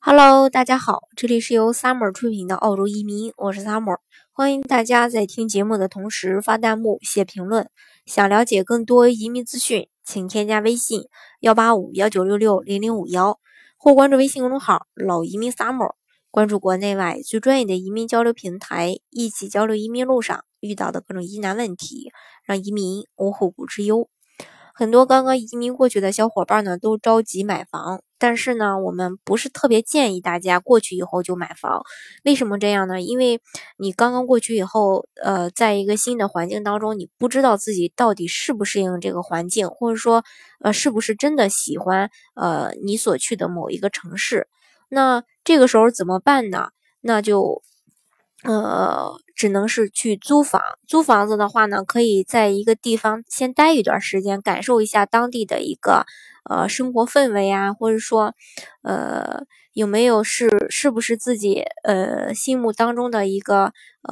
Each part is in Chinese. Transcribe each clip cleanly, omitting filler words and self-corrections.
Hello，大家好，这里是由 Summer 出品的澳洲移民，我是 Summer，欢迎大家在听节目的同时发弹幕、写评论。想了解更多移民资讯，请添加微信18519660051，或关注微信公众号老移民 Summer， 关注国内外最专业的移民交流平台，一起交流移民路上遇到的各种疑难问题，让移民无后顾之忧。很多刚刚移民过去的小伙伴呢，都着急买房，但是呢，我们不是特别建议大家过去以后就买房。为什么这样呢？因为你刚刚过去以后，在一个新的环境当中，你不知道自己到底适不适应这个环境，或者说，是不是真的喜欢你所去的某一个城市。那这个时候怎么办呢？那就只能是去租房。租房子的话呢，可以在一个地方先待一段时间，感受一下当地的一个生活氛围啊，或者说有没有是不是自己心目当中的一个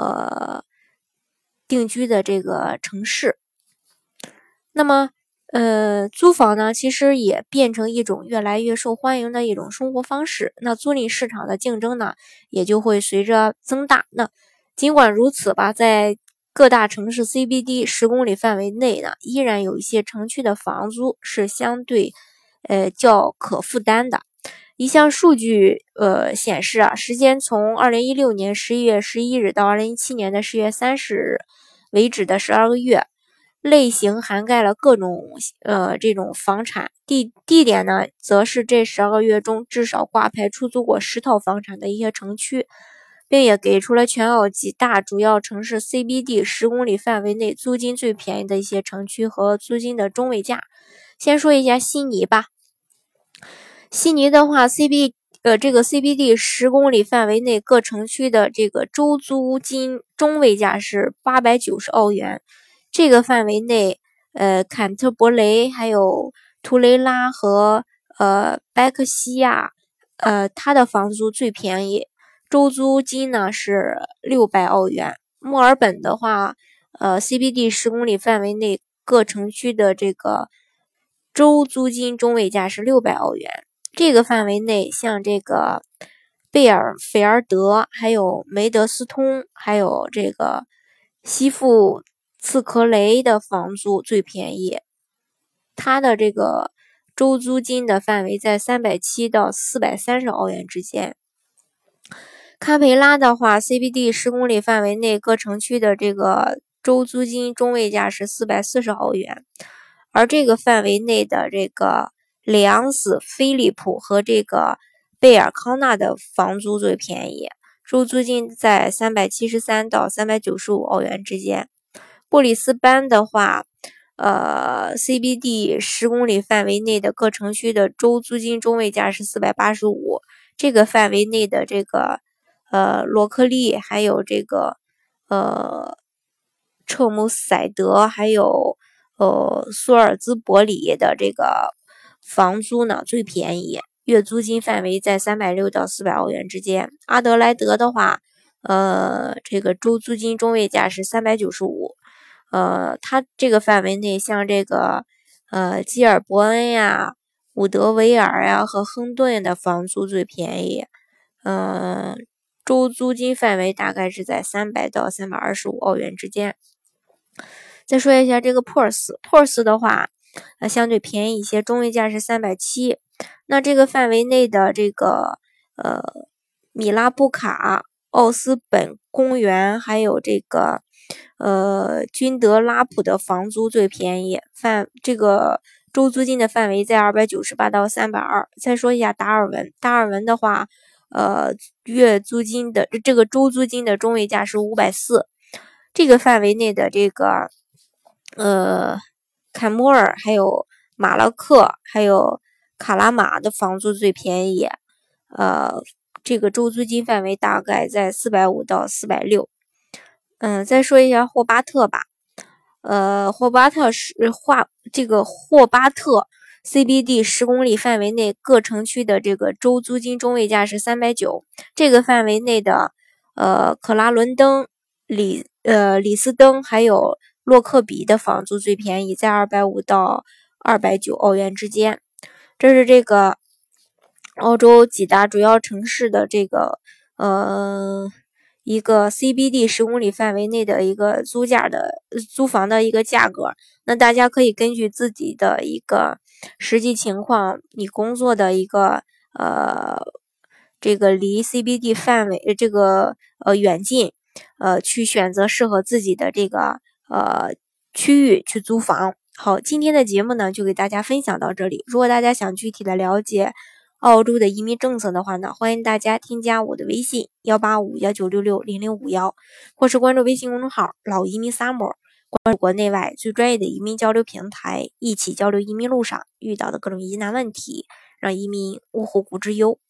定居的这个城市。那么租房呢，其实也变成一种越来越受欢迎的一种生活方式。那租赁市场的竞争呢，也就会随着增大。那尽管如此吧，在各大城市 CBD 10公里范围内呢，依然有一些城区的房租是相对较可负担的。一项数据显示啊，时间从2016年11月11日到2017年的10月30日为止的12个月。类型涵盖了各种这种房产，地点呢，则是这12个月中至少挂牌出租过10套房产的一些城区，并也给出了全澳几大主要城市 CBD 10公里范围内租金最便宜的一些城区和租金的中位价。先说一下悉尼吧。悉尼的话这个 CBD 10公里范围内各城区的这个周租金中位价是890澳元。这个范围内，坎特伯雷、还有图雷拉和白克西亚，它的房租最便宜，周租金呢是600澳元。墨尔本的话，CBD 10公里范围内各城区的这个周租金中位价是600澳元。这个范围内，像这个贝尔菲尔德、还有梅德斯通、还有这个西富刺克雷的房租最便宜，它的这个周租金的范围在370到430澳元之间。堪培拉的话 ，CBD 10公里范围内各城区的这个周租金中位价是440澳元，而这个范围内的这个里昂斯、菲利普和这个贝尔康纳的房租最便宜，周租金在373到395澳元之间。布里斯班的话CBD 10公里范围内的各城区的周租金中位价是485，这个范围内的这个罗克利还有这个彻姆塞德还有苏尔兹伯里的这个房租呢最便宜，月租金范围在360到400澳元之间。阿德莱德的话这个周租金中位价是395，它这个范围内像这个基尔伯恩呀、伍德维尔呀和亨顿的房租最便宜，周租金范围大概是在300到325澳元之间。再说一下这个 Perth 的话相对便宜一些，中位价是370。那这个范围内的这个米拉布卡、奥斯本公园还有这个君德拉普的房租最便宜，这个周租金的范围在298到320。再说一下达尔文的话月租金的这个周租金的中位价是540，这个范围内的这个坎莫尔还有马勒克还有卡拉马的房租最便宜，这个周租金范围大概在450到460。再说一下霍巴特吧。霍巴特 CBD 10公里范围内各城区的这个周租金中位价是390，这个范围内的克拉伦登、里斯登还有洛克比的房租最便宜，在250到290澳元之间。这是这个澳洲几大主要城市的这个一个 CBD 10公里范围内的一个租房的一个价格。那大家可以根据自己的一个实际情况，你工作的一个这个离 CBD 范围这个远近，去选择适合自己的这个区域去租房。好，今天的节目呢就给大家分享到这里。如果大家想具体的了解澳洲的移民政策的话呢，欢迎大家添加我的微信18519660051，或是关注微信公众号老移民 Summer， 关注国内外最专业的移民交流平台，一起交流移民路上遇到的各种疑难问题，让移民无后顾之忧。